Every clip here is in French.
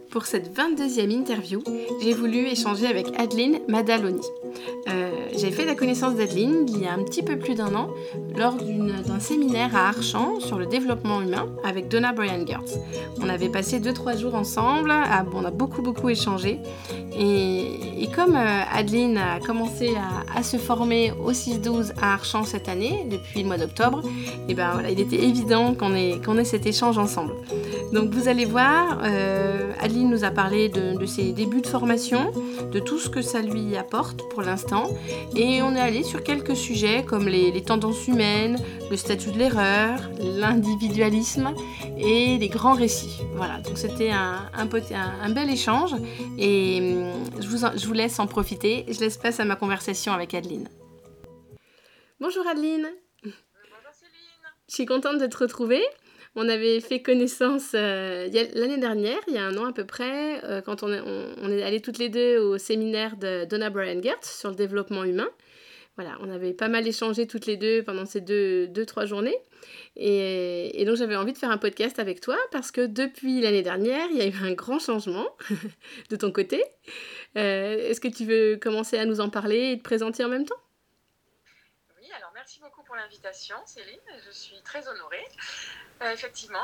Pour cette 22e interview, j'ai voulu échanger avec Adeline Madaloni. J'ai fait la connaissance d'Adeline il y a un petit peu plus d'1 an lors d'un séminaire à Archamps sur le développement humain avec Donna Bryan-Girtz. On avait passé 2-3 jours ensemble, on a beaucoup échangé. Et comme Adeline a commencé à se former au 6-12 à Archamps cette année, depuis le mois d'octobre, et ben voilà, il était évident qu'on ait cet échange ensemble. Donc vous allez voir, Adeline nous a parlé de ses débuts de formation, de tout ce que ça lui apporte pour l'instant, et on est allé sur quelques sujets comme les tendances humaines, le statut de l'erreur, l'individualisme et les grands récits. Voilà, donc c'était un bel échange et je vous laisse en profiter. Je laisse place à ma conversation avec Adeline. Bonjour Adeline. Bonjour Céline. Je suis contente de te retrouver. On avait fait connaissance l'année dernière, il y a 1 an à peu près, quand on est allés toutes les deux au séminaire de Donna Bryan-Girtz sur le développement humain. Voilà, on avait pas mal échangé toutes les deux pendant ces 2-3 journées. Et donc j'avais envie de faire un podcast avec toi parce que depuis l'année dernière, il y a eu un grand changement de ton côté. Est-ce que tu veux commencer à nous en parler et te présenter en même temps ? Oui, alors merci beaucoup pour l'invitation Céline, je suis très honorée. Effectivement,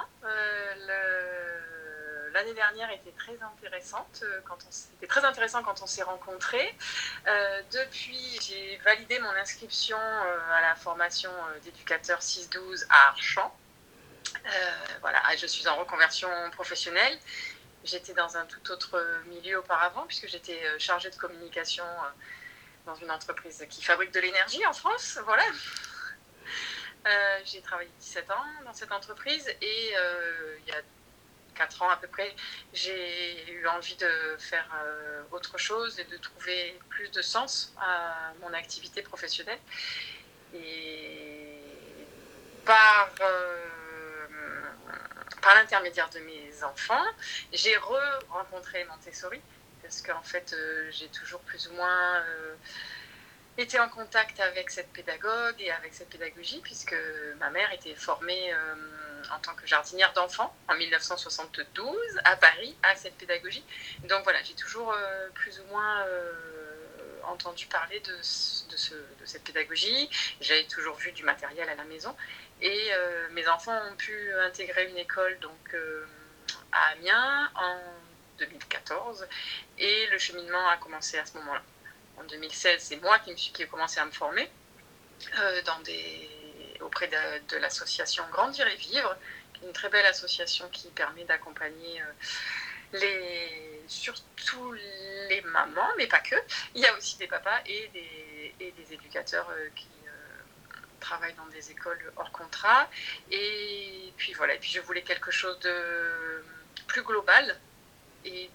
l'année dernière était très intéressante, c'était très intéressant quand on s'est rencontrés. Depuis, j'ai validé mon inscription à la formation d'éducateur 6-12 à Archamps. Voilà, je suis en reconversion professionnelle. J'étais dans un tout autre milieu auparavant puisque j'étais chargée de communication dans une entreprise qui fabrique de l'énergie en France, voilà. J'ai travaillé 17 ans dans cette entreprise et il y a 4 ans à peu près, j'ai eu envie de faire autre chose et de trouver plus de sens à mon activité professionnelle. Et par l'intermédiaire de mes enfants, j'ai rencontré Montessori parce qu'en fait, j'ai toujours plus ou moins été en contact avec cette pédagogue et avec cette pédagogie, puisque ma mère était formée en tant que jardinière d'enfants en 1972 à Paris à cette pédagogie. Donc voilà, j'ai toujours plus ou moins entendu parler de cette pédagogie. J'avais toujours vu du matériel à la maison et mes enfants ont pu intégrer une école donc, à Amiens en 2014 et le cheminement a commencé à ce moment-là. En 2016, c'est moi qui ai commencé à me former auprès de l'association Grandir et Vivre, qui est une très belle association qui permet d'accompagner surtout les mamans, mais pas que. Il y a aussi des papas et des éducateurs qui travaillent dans des écoles hors contrat. Et puis voilà, et puis je voulais quelque chose de plus global et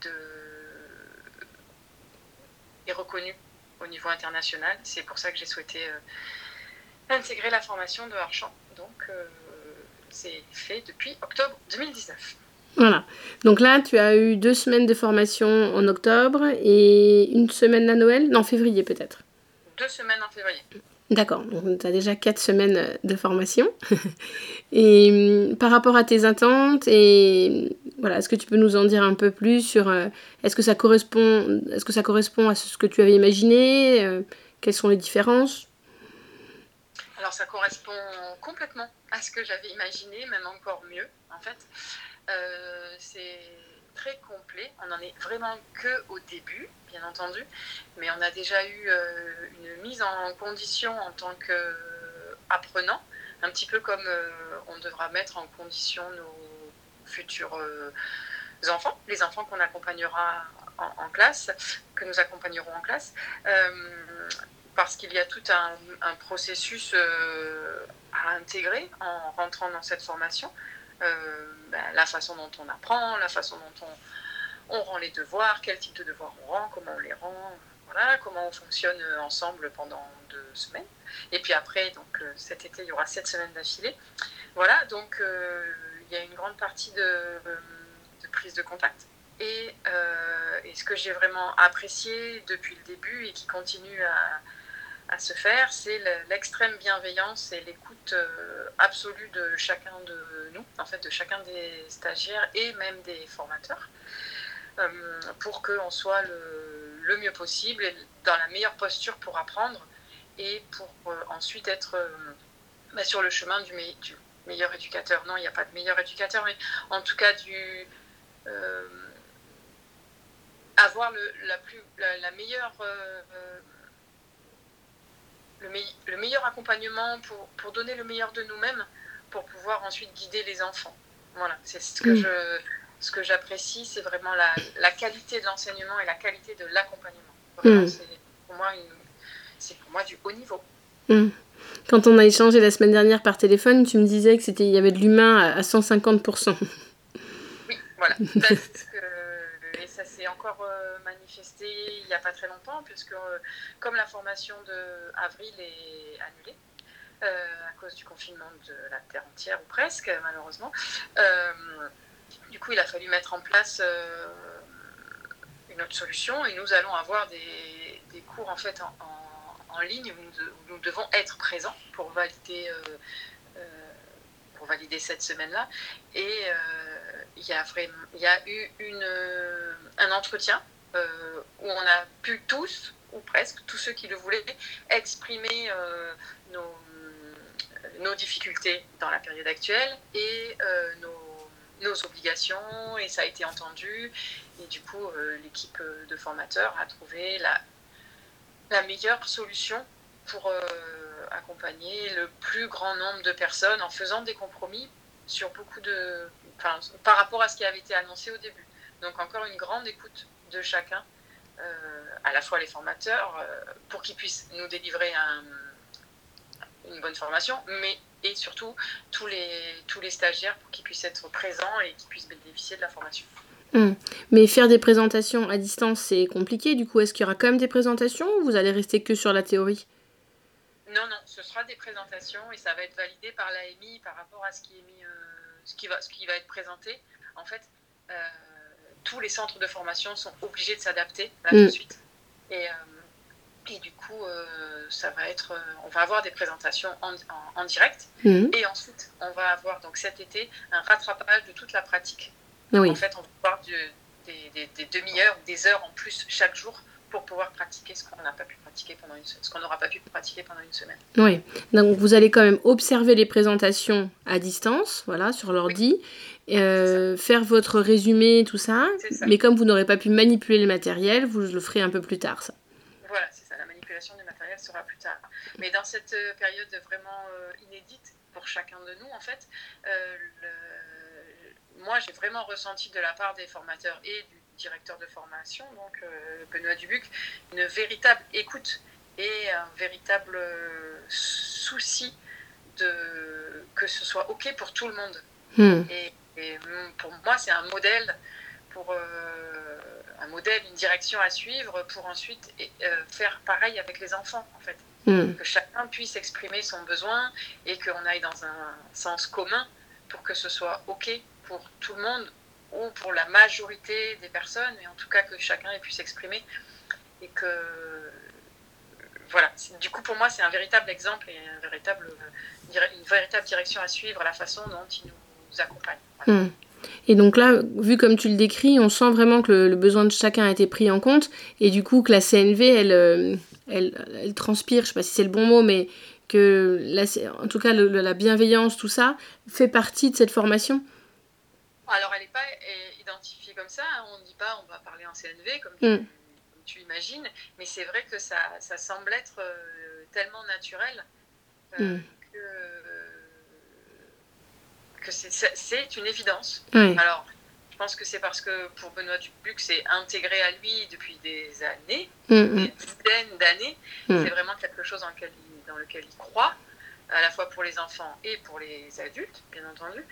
reconnu au niveau international. C'est pour ça que j'ai souhaité intégrer la formation de Archamps. Donc, c'est fait depuis octobre 2019. Voilà. Donc là, tu as eu 2 semaines de formation en octobre et 1 semaine à Noël ? Non, février peut-être. 2 semaines en février. D'accord, donc tu as déjà 4 semaines de formation. Et par rapport à tes attentes, et voilà, est-ce que tu peux nous en dire un peu plus sur est-ce que ça correspond à ce que tu avais imaginé, quelles sont les différences ? Alors ça correspond complètement à ce que j'avais imaginé, même encore mieux en fait. C'est très complet, on n'en est vraiment qu'au début, bien entendu, mais on a déjà eu une mise en condition en tant qu'apprenant, un petit peu comme on devra mettre en condition nos futurs enfants, les enfants qu'on accompagnera en classe, que nous accompagnerons en classe, parce qu'il y a tout un processus à intégrer en rentrant dans cette formation. La façon dont on apprend, la façon dont on rend les devoirs, quel type de devoirs on rend, comment on les rend, voilà, comment on fonctionne ensemble pendant 2 semaines. Et puis après, donc, cet été, il y aura 7 semaines d'affilée. Voilà, donc il y a une grande partie de prise de contact. Et ce que j'ai vraiment apprécié depuis le début et qui continue à se faire, c'est l'extrême bienveillance et l'écoute absolue de chacun de nous, en fait de chacun des stagiaires et même des formateurs. pour qu'on soit le mieux possible et dans la meilleure posture pour apprendre et pour ensuite être sur le chemin du meilleur éducateur. Non, il n'y a pas de meilleur éducateur, mais en tout cas avoir la meilleure le meilleur accompagnement pour donner le meilleur de nous-mêmes pour pouvoir ensuite guider les enfants. Voilà, c'est ce que j'apprécie, c'est vraiment la qualité de l'enseignement et la qualité de l'accompagnement. Vraiment, c'est pour moi du haut niveau. Quand on a échangé la semaine dernière par téléphone, tu me disais qu'il y avait de l'humain à 150%. Oui, voilà. Et ça s'est encore manifesté il n'y a pas très longtemps, puisque comme la formation d'avril est annulée, à cause du confinement de la Terre entière, ou presque, malheureusement, du coup, il a fallu mettre en place une autre solution, et nous allons avoir des cours en fait en ligne où nous devons être présents pour valider cette semaine-là. Et il y a eu un entretien où on a pu tous, ou presque, tous ceux qui le voulaient, exprimer nos difficultés dans la période actuelle et nos obligations, et ça a été entendu. Et du coup, l'équipe de formateurs a trouvé la meilleure solution pour accompagner le plus grand nombre de personnes en faisant des compromis sur par rapport à ce qui avait été annoncé au début. Donc encore une grande écoute de chacun, à la fois les formateurs, pour qu'ils puissent nous délivrer une bonne formation, et surtout tous les stagiaires pour qu'ils puissent être présents et qu'ils puissent bénéficier de la formation. Mais faire des présentations à distance, c'est compliqué. Du coup, est-ce qu'il y aura quand même des présentations ou vous allez rester que sur la théorie ? Non, ce sera des présentations et ça va être validé par l'AMI par rapport à ce qui est mis, ce qui va être présenté. En fait, tous les centres de formation sont obligés de s'adapter là tout de suite. Et du coup, on va avoir des présentations en direct. Et ensuite, on va avoir donc cet été un rattrapage de toute la pratique. Oui. En fait, on va avoir des demi-heures ou des heures en plus chaque jour pour pouvoir pratiquer ce qu'on n'a pas pu pratiquer ce qu'on n'aura pas pu pratiquer pendant une semaine. Oui, donc vous allez quand même observer les présentations à distance, voilà, sur l'ordi, faire votre résumé, tout ça, mais comme vous n'aurez pas pu manipuler le matériel, vous le ferez un peu plus tard, ça. Voilà, c'est ça, la manipulation du matériel sera plus tard. Mais dans cette période vraiment inédite pour chacun de nous, en fait, moi, j'ai vraiment ressenti de la part des formateurs et du directeur de formation, donc Benoît Dubuc, une véritable écoute et un véritable souci que ce soit OK pour tout le monde. Et pour moi, c'est un modèle, une direction à suivre pour ensuite faire pareil avec les enfants, en fait. Que chacun puisse exprimer son besoin et qu'on aille dans un sens commun pour que ce soit OK pour tout le monde ou pour la majorité des personnes, et en tout cas que chacun puisse s'exprimer. Et que, voilà, du coup pour moi c'est un véritable exemple et une véritable direction à suivre, la façon dont il nous accompagne. Voilà. Et donc là, vu comme tu le décris, on sent vraiment que le besoin de chacun a été pris en compte, et du coup que la CNV, elle transpire, je sais pas si c'est le bon mot, mais que en tout cas la bienveillance, tout ça, fait partie de cette formation. Alors, elle n'est pas identifiée comme ça. On ne dit pas on va parler en CNV, comme tu imagines. Mais c'est vrai que ça semble être tellement naturel que c'est une évidence. Alors, je pense que c'est parce que pour Benoît Dubuc, c'est intégré à lui depuis des années, des dizaines d'années. C'est vraiment quelque chose dans lequel il croit, à la fois pour les enfants et pour les adultes, bien entendu.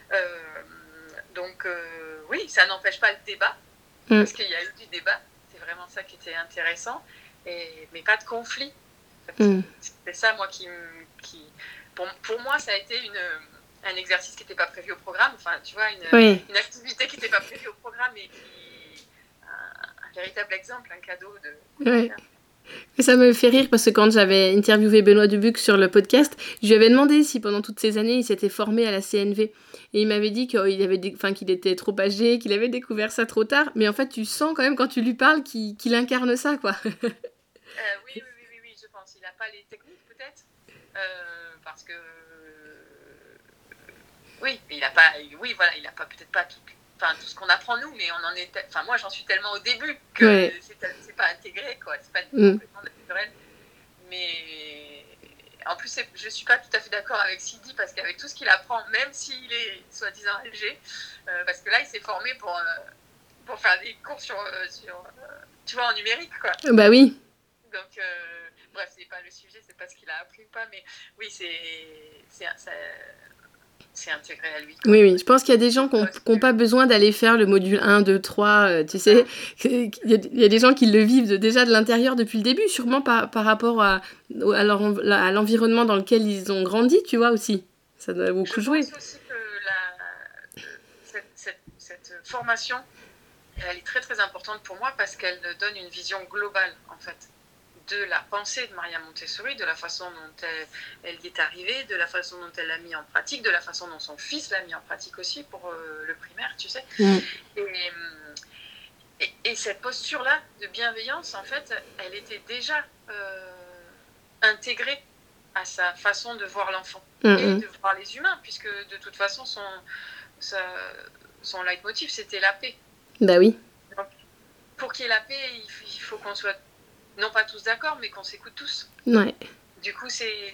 Donc oui, ça n'empêche pas le débat, parce qu'il y a eu du débat, c'est vraiment ça qui était intéressant, mais pas de conflit. C'est ça, moi, pour moi, ça a été un exercice qui n'était pas prévu au programme, enfin, tu vois, une activité qui n'était pas prévue au programme, et un véritable exemple, un cadeau de... Ça me fait rire parce que quand j'avais interviewé Benoît Dubuc sur le podcast, je lui avais demandé si pendant toutes ces années il s'était formé à la CNV. et il m'avait dit qu'il était trop âgé, qu'il avait découvert ça trop tard, mais en fait tu sens quand même quand tu lui parles qu'il incarne ça, quoi. Oui, je pense. Il n'a pas les techniques peut-être, parce que oui, il n'a pas, oui, voilà, il n'a pas peut-être pas tout ce qu'on apprend nous, mais on en est, moi j'en suis tellement au début que c'est pas intégré, quoi, c'est pas complètement naturel. Mais en plus, je suis pas tout à fait d'accord avec Sidi, parce qu'avec tout ce qu'il apprend, même s'il est soi-disant âgé, parce que là il s'est formé pour faire des cours sur tu vois, en numérique, quoi. Bah oui. Donc bref, c'est pas le sujet, c'est pas ce qu'il a appris ou pas, mais oui, c'est intégré à lui, quoi. Oui, je pense qu'il y a des gens qui n'ont pas besoin d'aller faire le module 1, 2, 3, tu sais. Il y a des gens qui le vivent déjà de l'intérieur depuis le début, sûrement par rapport à l'environnement dans lequel ils ont grandi, tu vois, aussi. Ça doit beaucoup jouer. Je pense aussi que cette formation, elle est très très importante pour moi, parce qu'elle donne une vision globale, en fait, de la pensée de Maria Montessori, de la façon dont elle y est arrivée, de la façon dont elle l'a mis en pratique, de la façon dont son fils l'a mis en pratique aussi pour le primaire, tu sais. Et cette posture-là de bienveillance, en fait, elle était déjà intégrée à sa façon de voir l'enfant et de voir les humains, puisque de toute façon, son leitmotiv, c'était la paix. Bah oui. Donc, pour qu'il y ait la paix, il faut qu'on soit non pas tous d'accord, mais qu'on s'écoute tous. Ouais. Du coup, c'est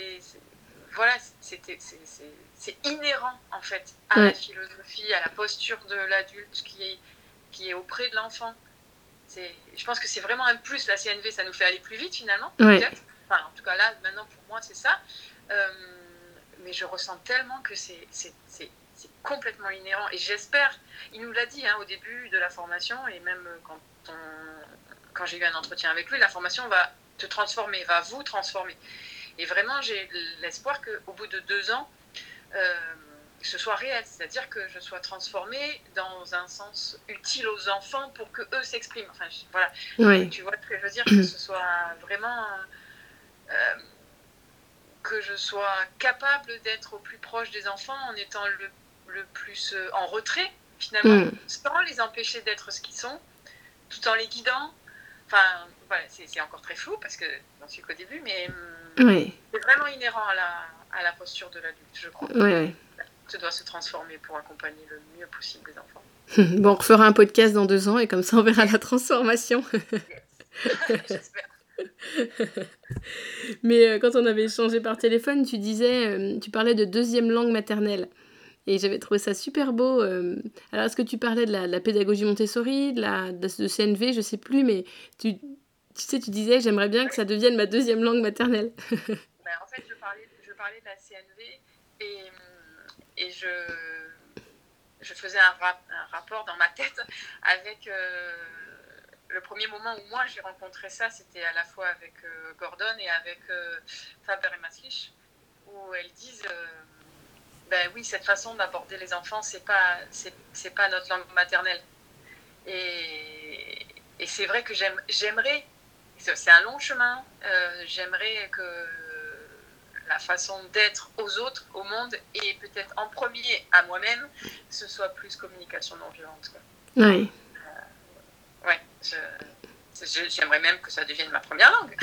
inhérent, en fait, à la philosophie, à la posture de l'adulte qui est auprès de l'enfant. Je pense que c'est vraiment un plus. La CNV, ça nous fait aller plus vite, finalement, peut-être. Enfin, en tout cas, là, maintenant, pour moi, c'est ça. Mais je ressens tellement que c'est complètement inhérent. Et j'espère, il nous l'a dit au début de la formation, et même quand j'ai eu un entretien avec lui, la formation va te transformer, va vous transformer. Et vraiment, j'ai l'espoir qu'au bout de 2 ans, ce soit réel, c'est-à-dire que je sois transformée dans un sens utile aux enfants pour qu'eux s'expriment. Enfin, voilà. Ouais. Tu vois ce que je veux dire, que ce soit vraiment... que je sois capable d'être au plus proche des enfants en étant le plus en retrait, finalement, sans les empêcher d'être ce qu'ils sont, tout en les guidant. Enfin, voilà, c'est encore très flou, parce que j'en suis qu'au début, mais c'est vraiment inhérent à la posture de l'adulte, je crois. Tu dois se transformer pour accompagner le mieux possible les enfants. Bon, on refera un podcast dans 2 ans, et comme ça on verra la transformation. J'espère. Mais quand on avait échangé par téléphone, tu parlais de 2e langue maternelle. Et j'avais trouvé ça super beau. Alors, est-ce que tu parlais de la pédagogie Montessori, de CNV, je sais plus, mais tu disais, j'aimerais bien que ça devienne ma 2e langue maternelle. En fait, je parlais de la CNV, et je faisais un rapport dans ma tête avec le premier moment où moi j'ai rencontré ça, c'était à la fois avec Gordon et avec Faber et Maslich, où elles disent oui, cette façon d'aborder les enfants, c'est pas notre langue maternelle. Et c'est vrai que j'aimerais, c'est un long chemin, j'aimerais que la façon d'être aux autres, au monde, et peut-être en premier à moi-même, ce soit plus communication non violente, quoi. Ouais. J'aimerais même que ça devienne ma première langue.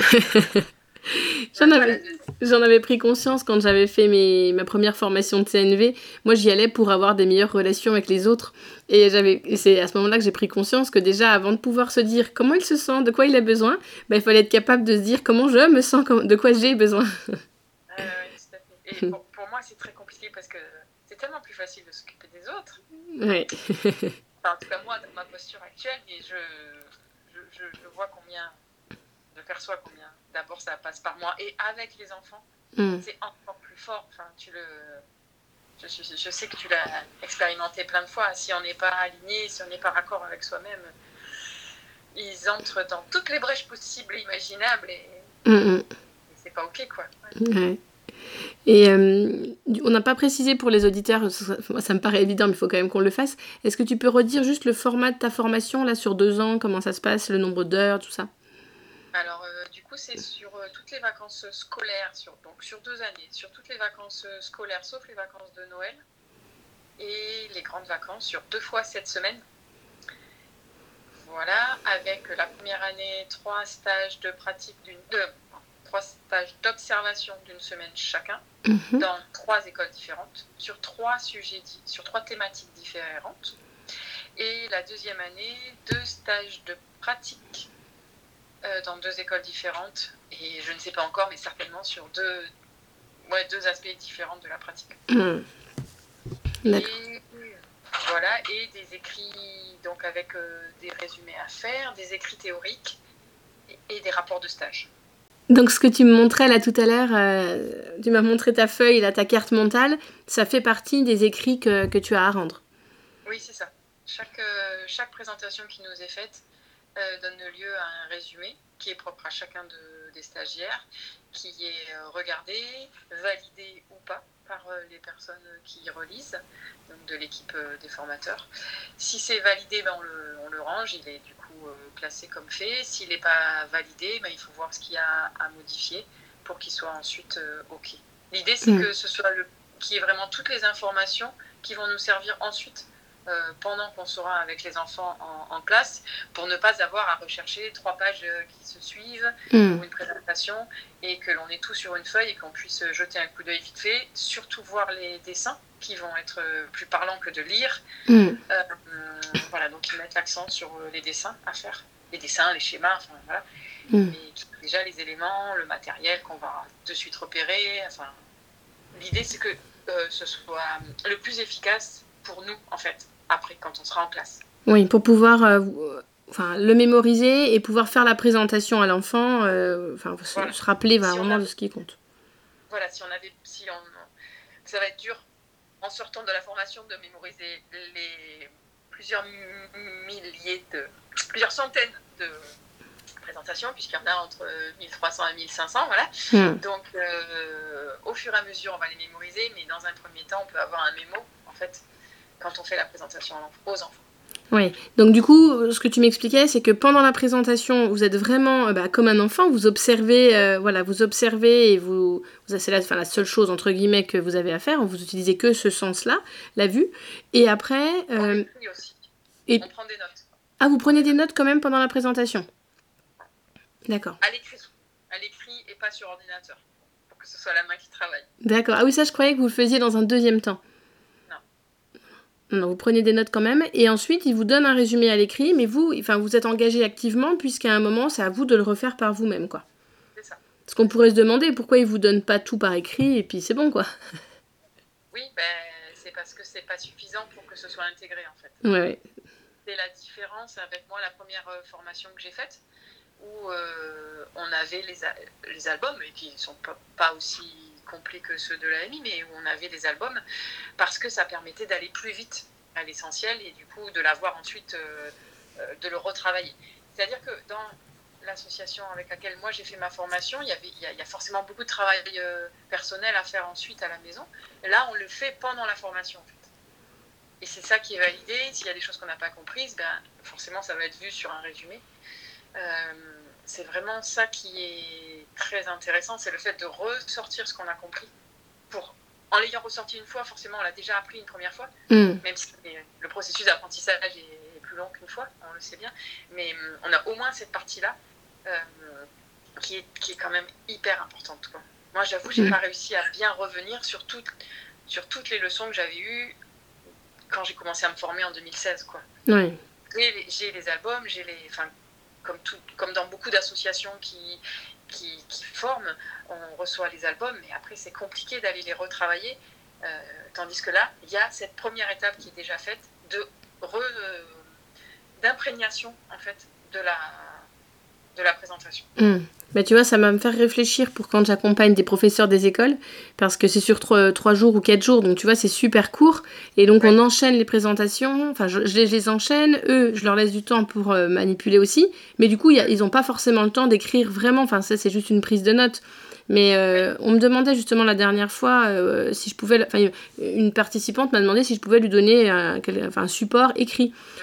J'en avais pris conscience quand j'avais fait ma première formation de CNV. Moi, j'y allais pour avoir des meilleures relations avec les autres. Et c'est à ce moment-là que j'ai pris conscience que déjà, avant de pouvoir se dire comment il se sent, de quoi il a besoin, il fallait être capable de se dire comment je me sens, de quoi j'ai besoin. Oui, tout à fait. Et pour moi, c'est très compliqué, parce que c'est tellement plus facile de s'occuper des autres. Ouais. En tout cas, moi, dans ma posture actuelle, et je vois je perçois combien d'abord ça passe par moi, et avec les enfants, c'est encore plus fort. Enfin, je sais que tu l'as expérimenté plein de fois. Si on n'est pas aligné, si on n'est pas raccord avec soi-même, ils entrent dans toutes les brèches possibles et imaginables, et c'est pas ok, quoi. Ouais. Et on n'a pas précisé pour les auditeurs, ça me paraît évident, mais il faut quand même qu'on le fasse. Est-ce que tu peux redire juste le format de ta formation là sur 2 ans, comment ça se passe, le nombre d'heures, tout ça? Alors, du coup, c'est sur toutes les vacances scolaires, donc sur 2 années, sur toutes les vacances scolaires, sauf les vacances de Noël. et les grandes vacances sur 2 fois cette semaine. Voilà, avec la première année, 3 stages de pratique 3 stages d'observation d'une semaine chacun, dans 3 écoles différentes, sur 3 thématiques différentes. Et la deuxième année, 2 stages de pratique dans 2 écoles différentes, et je ne sais pas encore, mais certainement sur 2 aspects différents de la pratique. Et voilà, et des écrits, donc avec des résumés à faire, des écrits théoriques et des rapports de stage. Donc ce que tu me montrais là tout à l'heure, tu m'as montré ta feuille, là, ta carte mentale, ça fait partie des écrits que tu as à rendre. Oui, c'est ça. Chaque présentation qui nous est faite donne lieu à un résumé qui est propre à chacun des stagiaires, qui est regardé, validé ou pas par les personnes qui relisent, donc de l'équipe des formateurs. Si c'est validé, on le range, il est du coup classé comme fait. S'il n'est pas validé, il faut voir ce qu'il y a à modifier pour qu'il soit ensuite OK. L'idée, c'est que ce soit qu'il y ait vraiment toutes les informations qui vont nous servir ensuite pendant qu'on sera avec les enfants en classe, pour ne pas avoir à rechercher 3 pages qui se suivent pour une présentation, et que l'on ait tout sur une feuille et qu'on puisse jeter un coup d'œil vite fait, surtout voir les dessins qui vont être plus parlants que de lire. Voilà, donc ils mettent l'accent sur les dessins à faire, les dessins, les schémas, enfin voilà. Et déjà les éléments, le matériel qu'on va de suite repérer. Enfin, l'idée c'est que ce soit le plus efficace pour nous en fait, après quand on sera en classe. Oui, pour pouvoir le mémoriser et pouvoir faire la présentation à l'enfant, voilà. Se rappeler vraiment de ce qui compte. Voilà, ça va être dur en sortant de la formation de mémoriser les plusieurs centaines de présentations, puisqu'il y en a entre 1300 et 1500, voilà. Donc au fur et à mesure on va les mémoriser, mais dans un premier temps on peut avoir un mémo en fait quand on fait la présentation aux enfants. Oui, donc du coup, ce que tu m'expliquais, c'est que pendant la présentation, vous êtes vraiment comme un enfant, vous observez, vous observez et c'est la seule chose, entre guillemets, que vous avez à faire, vous utilisez que ce sens-là, la vue, et après... On écrit aussi, on prend des notes. Ah, vous prenez des notes quand même pendant la présentation? D'accord. À l'écrit et pas sur ordinateur, pour que ce soit la main qui travaille. D'accord, ah oui, ça je croyais que vous le faisiez dans un deuxième temps. Non, vous prenez des notes quand même, et ensuite il vous donne un résumé à l'écrit, mais vous êtes engagé activement, puisqu'à un moment c'est à vous de le refaire par vous-même, quoi. C'est ça. Parce qu'on pourrait se demander pourquoi il vous donne pas tout par écrit, et puis c'est bon, quoi. Oui, c'est parce que c'est pas suffisant pour que ce soit intégré, en fait. Ouais. C'est la différence avec moi, la première formation que j'ai faite, où on avait les albums, et qui ne sont pas aussi complets que ceux de l'AMI, mais où on avait des albums, parce que ça permettait d'aller plus vite à l'essentiel, et du coup de l'avoir ensuite, de le retravailler. C'est-à-dire que dans l'association avec laquelle moi j'ai fait ma formation, il y a forcément beaucoup de travail personnel à faire ensuite à la maison. Là, on le fait pendant la formation, en fait. Et c'est ça qui est validé. S'il y a des choses qu'on n'a pas comprises, forcément ça va être vu sur un résumé. C'est vraiment ça qui est très intéressant, c'est le fait de ressortir ce qu'on a compris. En l'ayant ressorti une fois, forcément on l'a déjà appris une première fois, même si le processus d'apprentissage est plus long qu'une fois, on le sait bien, mais on a au moins cette partie-là qui est quand même hyper importante, quoi. Moi j'avoue, j'ai pas réussi à bien revenir sur toutes les leçons que j'avais eues quand j'ai commencé à me former en 2016, quoi. Ouais. J'ai les albums, comme dans beaucoup d'associations qui forment, on reçoit les albums, mais après c'est compliqué d'aller les retravailler, tandis que là, il y a cette première étape qui est déjà faite d'imprégnation en fait de la présentation. Tu vois, ça va me faire réfléchir pour quand j'accompagne des professeurs des écoles, parce que c'est sur 3 jours ou 4 jours, donc tu vois, c'est super court, et donc on enchaîne les présentations, je les enchaîne, eux, je leur laisse du temps pour manipuler aussi, mais du coup, ils n'ont pas forcément le temps d'écrire vraiment, ça c'est juste une prise de notes. Mais on me demandait justement la dernière fois si je pouvais... une participante m'a demandé si je pouvais lui donner un support écrit.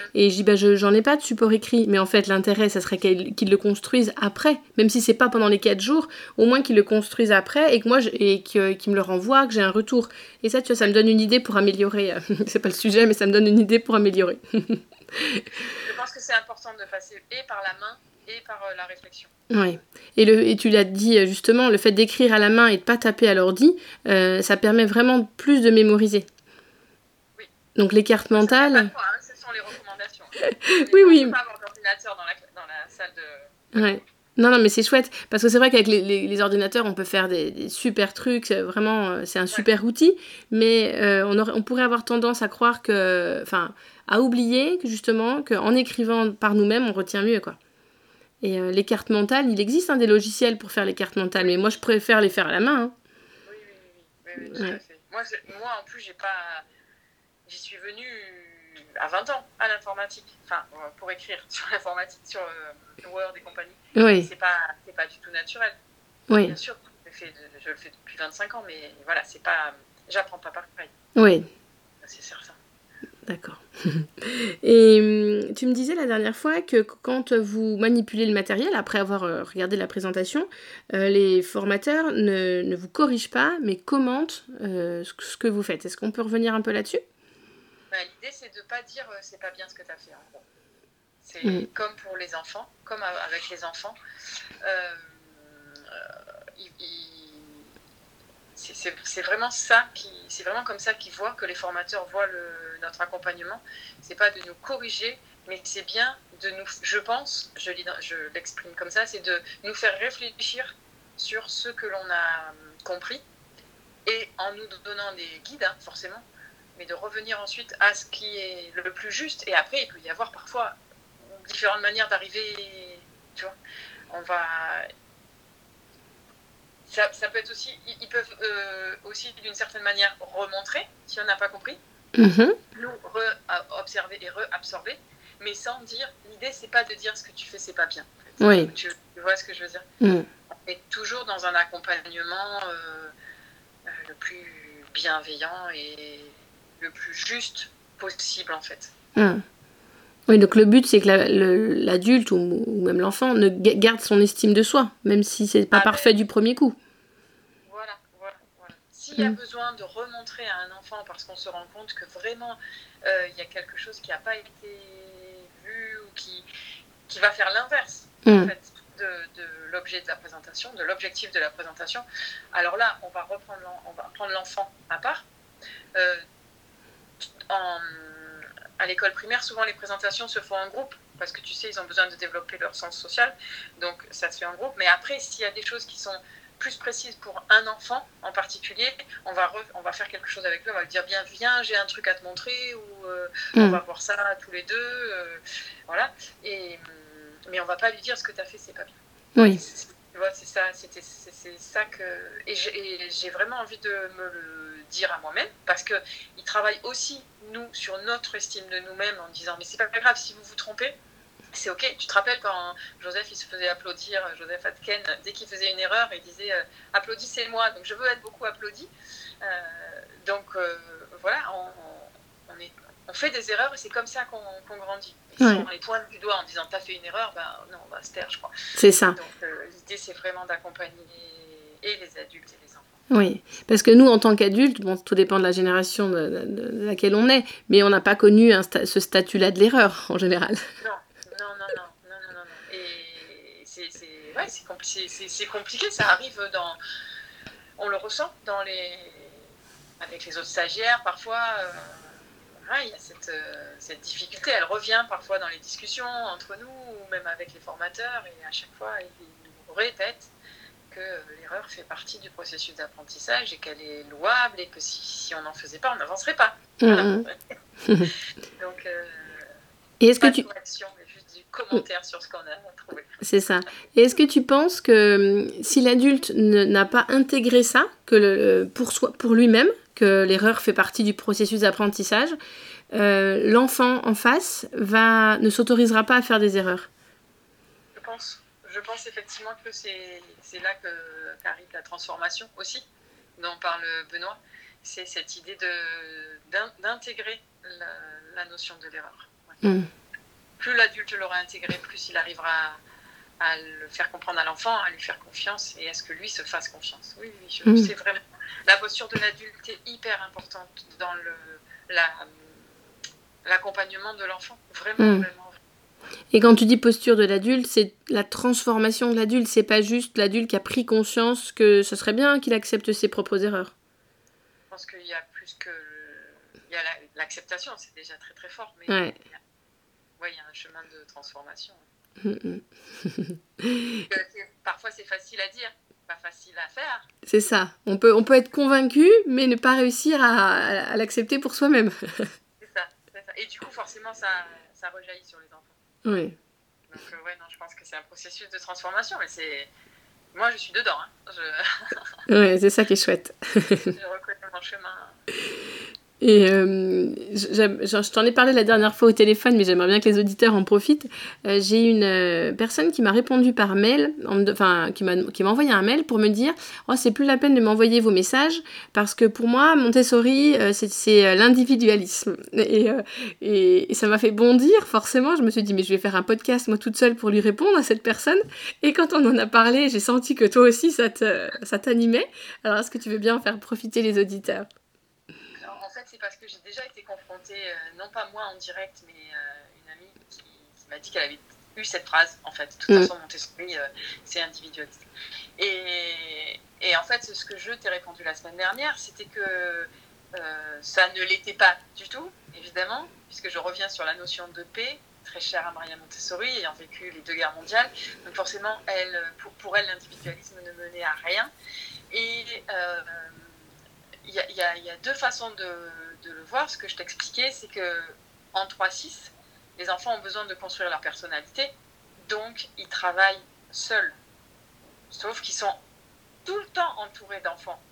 Et je dis, j'en ai pas de support écrit. Mais en fait, l'intérêt, ça serait qu'ils le construisent après. Même si c'est pas pendant les 4 jours, au moins qu'ils le construisent après et qu'ils me le renvoient, que j'ai un retour. Et ça, tu vois, ça me donne une idée pour améliorer. C'est pas le sujet, mais ça me donne une idée pour améliorer. Je pense que c'est important de passer et par la main et par la réflexion. Oui. Et tu l'as dit justement, le fait d'écrire à la main et de pas taper à l'ordi, ça permet vraiment plus de mémoriser. Oui. Donc les cartes mentales... Ça, pas, ce sont les recommandations. Oui. On ne peut pas avoir d'ordinateur dans la salle de... Ouais. Non, mais c'est chouette, parce que c'est vrai qu'avec les ordinateurs, on peut faire des super trucs, vraiment, c'est un super outil, mais on pourrait avoir tendance à croire à oublier que justement, qu'en écrivant par nous-mêmes, on retient mieux, quoi. Et les cartes mentales, il existe des logiciels pour faire les cartes mentales, mais moi, je préfère les faire à la main. Hein. Oui, tout à fait. Moi, en plus, j'y suis venue à 20 ans à l'informatique, pour écrire sur l'informatique, sur Word et compagnie. Oui. C'est pas du tout naturel. Oui. Bien sûr, je le fais depuis 25 ans, mais voilà, c'est pas... J'apprends pas pareil. Oui. C'est certain. D'accord. Et tu me disais la dernière fois que quand vous manipulez le matériel, après avoir regardé la présentation, les formateurs ne vous corrigent pas, mais commentent ce que vous faites. Est-ce qu'on peut revenir un peu là-dessus ? L'idée, c'est de ne pas dire c'est pas bien ce que tu as fait, en gros. C'est comme pour les enfants, comme avec les enfants. C'est vraiment c'est vraiment comme ça qu'ils voient, que les formateurs voient notre accompagnement. C'est pas de nous corriger, mais c'est bien de nous, je pense, je l'exprime comme ça, c'est de nous faire réfléchir sur ce que l'on a compris, et en nous donnant des guides, forcément, mais de revenir ensuite à ce qui est le plus juste. Et après, il peut y avoir parfois différentes manières d'arriver, tu vois. Ça peut être aussi, ils peuvent aussi d'une certaine manière remontrer si on n'a pas compris, nous observer et reabsorber, mais sans dire, l'idée c'est pas de dire ce que tu fais c'est pas bien. En fait. Oui. Tu vois ce que je veux dire ? On est toujours dans un accompagnement le plus bienveillant et le plus juste possible en fait. Oui, donc le but c'est que l'adulte ou même l'enfant garde son estime de soi, même si c'est pas parfait du premier coup. Voilà. S'il y a besoin de remontrer à un enfant parce qu'on se rend compte que vraiment il y a quelque chose qui n'a pas été vu ou qui va faire l'inverse en fait, de l'objet de la présentation, de l'objectif de la présentation, alors là on va prendre l'enfant à part. À l'école primaire, souvent les présentations se font en groupe parce que tu sais, ils ont besoin de développer leur sens social, donc ça se fait en groupe. Mais après, s'il y a des choses qui sont plus précises pour un enfant en particulier, on va faire quelque chose avec lui, on va lui dire viens, j'ai un truc à te montrer, ou on va voir ça tous les deux, voilà. Mais on va pas lui dire ce que tu as fait, c'est pas bien. Oui. Tu vois, c'est ça que... Et j'ai vraiment envie de me le dire à moi-même, parce qu'ils travaillent aussi, nous, sur notre estime de nous-mêmes, en disant, mais c'est pas grave, si vous vous trompez, c'est ok. Tu te rappelles quand Joseph, il se faisait applaudir, Joseph Atken, dès qu'il faisait une erreur, il disait, applaudissez-moi, donc je veux être beaucoup applaudi. Voilà, on fait des erreurs et c'est comme ça qu'on grandit. Si on les pointe du doigt en disant t'as fait une erreur, non, on va se taire, je crois. C'est ça. Donc l'idée c'est vraiment d'accompagner et les adultes et les enfants. Oui, parce que nous en tant qu'adultes, tout dépend de la génération de laquelle on est, mais on n'a pas connu ce statut-là de l'erreur en général. Non. Et c'est compliqué, ça arrive on le ressent avec les autres stagiaires parfois. Il y a cette difficulté, elle revient parfois dans les discussions entre nous ou même avec les formateurs, et à chaque fois ils nous répètent que l'erreur fait partie du processus d'apprentissage et qu'elle est louable et que si on n'en faisait pas, on n'avancerait pas. Voilà. Donc, et est-ce pas que de correction, mais juste du commentaire sur ce qu'on a trouvé. C'est ça. Et est-ce que tu penses que si l'adulte n'a pas intégré ça, que pour lui-même, que l'erreur fait partie du processus d'apprentissage, l'enfant en face ne s'autorisera pas à faire des erreurs? Je pense effectivement que c'est là qu'arrive la transformation aussi, dont parle Benoît. C'est cette idée d'intégrer la notion de l'erreur. Ouais. plus l'adulte l'aura intégré, plus il arrivera à le faire comprendre à l'enfant, à lui faire confiance et à ce que lui se fasse confiance. Oui, c'est vraiment... La posture de l'adulte est hyper importante dans l'accompagnement de l'enfant. Vraiment. Et quand tu dis posture de l'adulte, c'est la transformation de l'adulte. C'est pas juste l'adulte qui a pris conscience que ce serait bien qu'il accepte ses propres erreurs. Je pense qu'il y a plus que... Il y a l'acceptation, c'est déjà très très fort, mais ouais. Il y a un chemin de transformation. Parfois c'est facile à dire, pas facile à faire. C'est ça. On peut être convaincu, mais ne pas réussir à l'accepter pour soi-même. C'est ça. Et du coup, forcément, ça rejaillit sur les enfants. Oui. Donc, non, je pense que c'est un processus de transformation, mais c'est... Moi, je suis dedans. Oui, c'est ça qui est chouette. Je reconnais mon chemin. Et je t'en ai parlé la dernière fois au téléphone, mais j'aimerais bien que les auditeurs en profitent. J'ai une personne qui m'a répondu par mail, qui m'a envoyé un mail pour me dire « Oh, c'est plus la peine de m'envoyer vos messages, parce que pour moi, Montessori, c'est l'individualisme. » Et ça m'a fait bondir, forcément. Je me suis dit « Mais je vais faire un podcast, moi, toute seule, pour lui répondre à cette personne. » Et quand on en a parlé, j'ai senti que toi aussi, ça t'animait. Alors, est-ce que tu veux bien en faire profiter les auditeurs ? C'est parce que j'ai déjà été confrontée, non pas moi en direct, mais une amie qui m'a dit qu'elle avait eu cette phrase, en fait. De toute façon, Montessori, c'est individualiste. Et en fait, ce que je t'ai répondu la semaine dernière, c'était que ça ne l'était pas du tout, évidemment, puisque je reviens sur la notion de paix, très chère à Maria Montessori, ayant vécu les 2 guerres mondiales. Donc forcément, pour elle, l'individualisme ne menait à rien. Et... il y a 2 façons de le voir. Ce que je t'expliquais, c'est qu'en 3-6, les enfants ont besoin de construire leur personnalité, donc ils travaillent seuls. Sauf qu'ils sont tout le temps entourés d'enfants.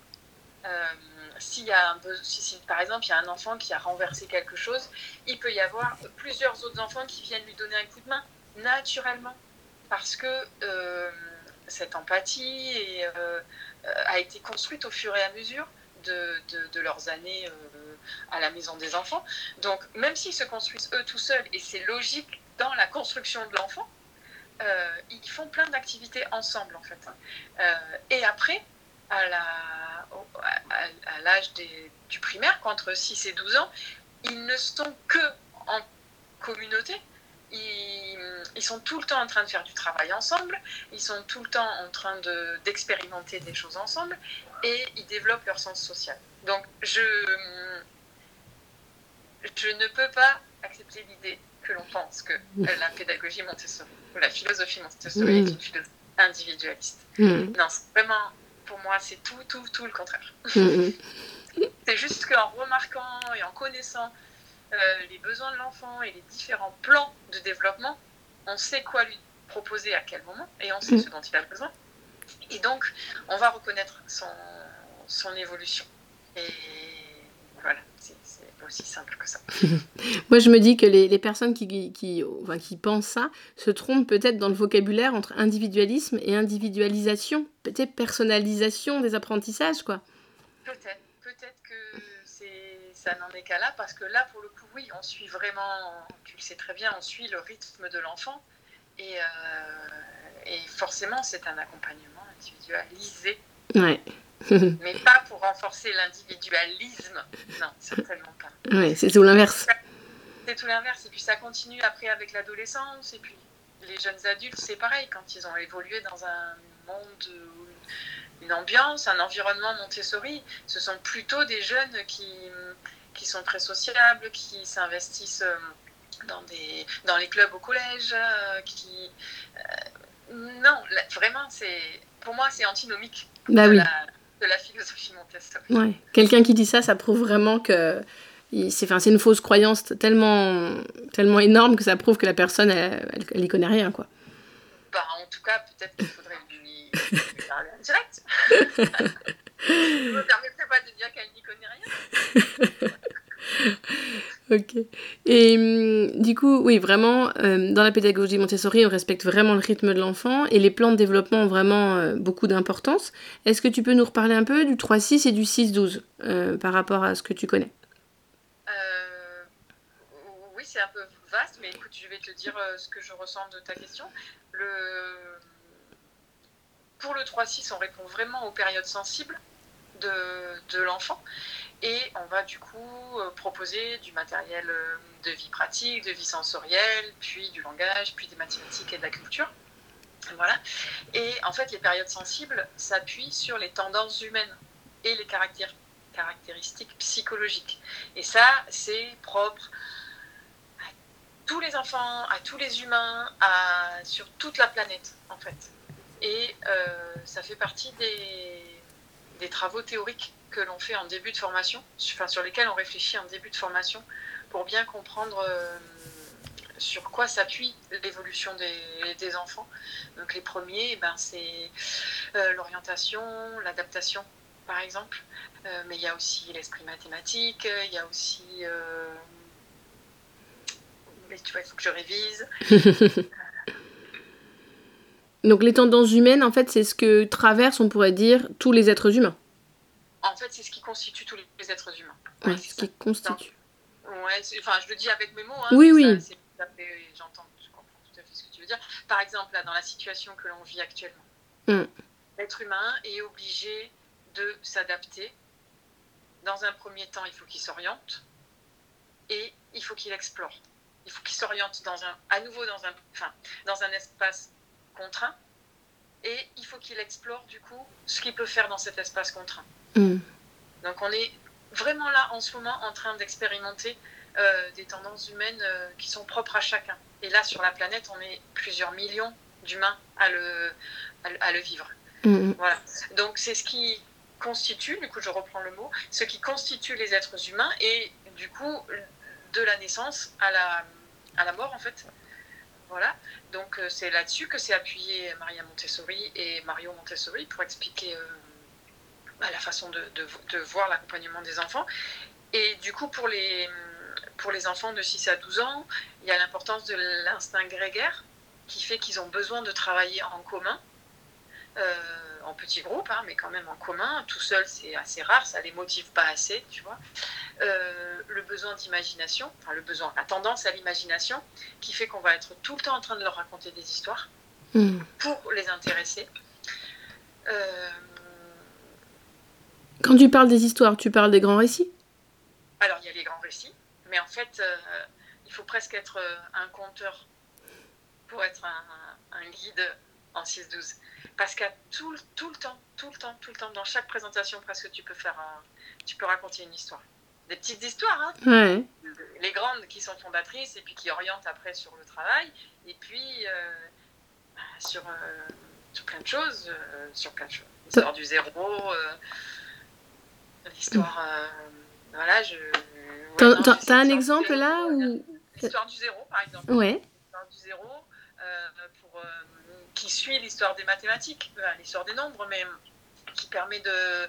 Si par exemple, il y a un enfant qui a renversé quelque chose, il peut y avoir plusieurs autres enfants qui viennent lui donner un coup de main, naturellement. Parce que cette empathie a été construite au fur et à mesure de leurs années à la maison des enfants. Donc, même s'ils se construisent eux tout seuls, et c'est logique dans la construction de l'enfant, ils font plein d'activités ensemble, en fait. Et après, à l'âge du primaire, entre 6 et 12 ans, ils ne sont que en communauté. Ils sont tout le temps en train de faire du travail ensemble, ils sont tout le temps en train d'expérimenter des choses ensemble, et ils développent leur sens social. Donc, je ne peux pas accepter l'idée que l'on pense que la pédagogie Montessori ou la philosophie Montessori est une philosophie individualiste. Non, vraiment, pour moi, c'est tout le contraire. C'est juste qu'en remarquant et en connaissant les besoins de l'enfant et les différents plans de développement, on sait quoi lui proposer à quel moment et on sait ce dont il a besoin. Et donc, on va reconnaître son évolution. Et voilà, c'est aussi simple que ça. Moi, je me dis que les personnes qui pensent ça se trompent peut-être dans le vocabulaire entre individualisme et individualisation, peut-être personnalisation des apprentissages, quoi. Peut-être que ça n'en est qu'à là, parce que là, pour le coup, oui, on suit vraiment, tu le sais très bien, on suit le rythme de l'enfant, et forcément, c'est un accompagnement individualisé. Ouais. Mais pas pour renforcer l'individualisme, non, certainement pas. Ouais, c'est tout l'inverse. C'est tout l'inverse, et puis ça continue après avec l'adolescence, et puis les jeunes adultes, c'est pareil, quand ils ont évolué dans un monde, une ambiance, un environnement Montessori, ce sont plutôt des jeunes qui sont très sociables, qui s'investissent dans les clubs au collège, non, vraiment, pour moi, c'est antinomique de la philosophie Montessori. Ouais. Quelqu'un qui dit ça prouve vraiment que c'est une fausse croyance tellement énorme que ça prouve que la personne, elle y connaît rien, quoi. En tout cas, peut-être qu'il faudrait lui parler en direct. Je ne me permettrai pas de dire qu'elle n'y connaît rien. Ok. Et du coup, oui, vraiment, dans la pédagogie Montessori, on respecte vraiment le rythme de l'enfant et les plans de développement ont vraiment beaucoup d'importance. Est-ce que tu peux nous reparler un peu du 3-6 et du 6-12 par rapport à ce que tu connais ? Oui, c'est un peu vaste, mais écoute, je vais te dire ce que je ressens de ta question. Pour le 3-6, on répond vraiment aux périodes sensibles de l'enfant et on va du coup proposer du matériel de vie pratique, de vie sensorielle, puis du langage, puis des mathématiques et de la culture. Voilà. Et en fait, les périodes sensibles s'appuient sur les tendances humaines et les caractéristiques psychologiques. Et ça, c'est propre à tous les enfants, à tous les humains, sur toute la planète, en fait. Et ça fait partie des travaux théoriques que l'on fait en début de formation, sur lesquels on réfléchit en début de formation, pour bien comprendre sur quoi s'appuie l'évolution des enfants. Donc les premiers, c'est l'orientation, l'adaptation, par exemple. Mais il y a aussi l'esprit mathématique, il y a aussi... Mais tu vois, il faut que je révise. Donc les tendances humaines, en fait, c'est ce que traversent, on pourrait dire, tous les êtres humains. En fait, c'est ce qui constitue tous les êtres humains. Ouais, ce qui constitue. Ouais, je le dis avec mes mots. Oui. Ça, j'entends, je comprends tout à fait ce que tu veux dire. Par exemple, là, dans la situation que l'on vit actuellement, l'être humain est obligé de s'adapter. Dans un premier temps, il faut qu'il s'oriente et il faut qu'il explore. Il faut qu'il s'oriente à nouveau dans un espace contraint et il faut qu'il explore du coup ce qu'il peut faire dans cet espace contraint. Donc on est vraiment là en ce moment en train d'expérimenter des tendances humaines qui sont propres à chacun. Et là sur la planète, on est plusieurs millions d'humains à le vivre. Voilà. Donc c'est ce qui constitue, du coup je reprends le mot, ce qui constitue les êtres humains et du coup de la naissance à la mort en fait. Voilà, donc c'est là-dessus que s'est appuyé Maria Montessori et Mario Montessori pour expliquer la façon de voir l'accompagnement des enfants. Et du coup, pour les enfants de 6 à 12 ans, il y a l'importance de l'instinct grégaire qui fait qu'ils ont besoin de travailler en commun, en petits groupes, mais quand même en commun. Tout seul, c'est assez rare, ça les motive pas assez, tu vois. Le besoin d'imagination, la tendance à l'imagination, qui fait qu'on va être tout le temps en train de leur raconter des histoires pour les intéresser. Quand tu parles des histoires, tu parles des grands récits ? Alors, il y a les grands récits, mais en fait, il faut presque être un conteur pour être un guide en 6-12. Parce qu'à tout le temps, dans chaque présentation, presque, tu peux raconter une histoire. Des petites histoires, Ouais. Les grandes qui sont fondatrices et puis qui orientent après sur le travail, et puis sur plein de choses, l'histoire du zéro, l'histoire, t'as un exemple là où... L'histoire du zéro, par exemple. Ouais. L'histoire du zéro, qui suit l'histoire des mathématiques, l'histoire des nombres, mais qui permet